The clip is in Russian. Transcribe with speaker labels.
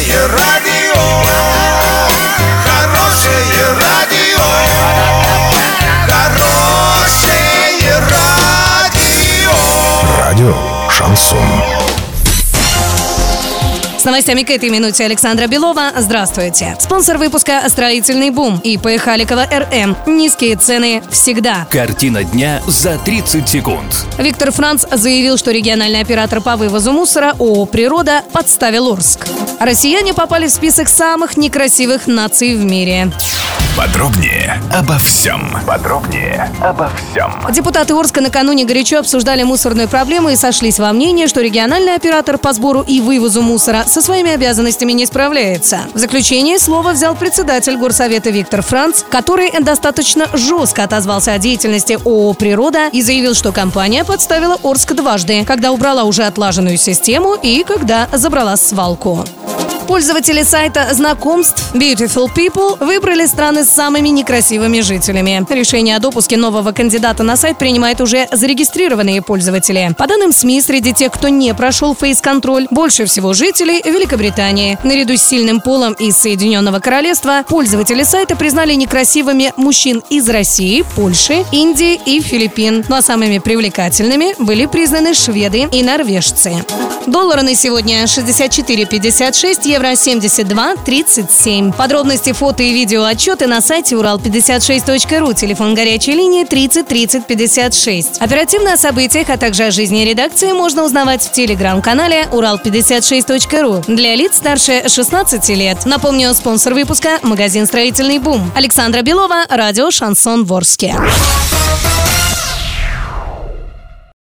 Speaker 1: Хорошее радио, хорошее радио, хорошее радио.
Speaker 2: Радио Шансон.
Speaker 3: С новостями к этой минуте Александра Белова. Здравствуйте. Спонсор выпуска «Строительный бум» ИП Халикова РМ. Низкие цены всегда.
Speaker 4: Картина дня за 30 секунд.
Speaker 3: Виктор Франц заявил, что региональный оператор по вывозу мусора ООО «Природа» подставил Орск. Россияне попали в список самых некрасивых наций в мире.
Speaker 2: Подробнее обо всем.
Speaker 3: Депутаты Орска накануне горячо обсуждали мусорную проблему и сошлись во мнении, что региональный оператор по сбору и вывозу мусора со своими обязанностями не справляется. В заключение слово взял председатель горсовета Виктор Франц, который достаточно жестко отозвался о деятельности ООО «Природа» и заявил, что компания подставила Орск дважды, когда убрала уже отлаженную систему и когда забрала свалку. Пользователи сайта знакомств Beautiful People выбрали страны с самыми некрасивыми жителями. Решение о допуске нового кандидата на сайт принимают уже зарегистрированные пользователи. По данным СМИ, среди тех, кто не прошел фейс-контроль, больше всего жителей Великобритании. Наряду с сильным полом из Соединенного Королевства пользователи сайта признали некрасивыми мужчин из России, Польши, Индии и Филиппин. Ну а самыми привлекательными были признаны шведы и норвежцы. Доллары на сегодня 64,56, евро 72,37. Подробности, фото и видео отчеты на сайте урал56.ру. Телефон горячей линии 30 30 56. Оперативно о событиях, а также о жизни редакции можно узнавать в телеграм-канале урал56.ру для лиц старше 16 лет. Напомню, спонсор выпуска – магазин «Строительный бум». Александра Белова, радио «Шансон» в Орске.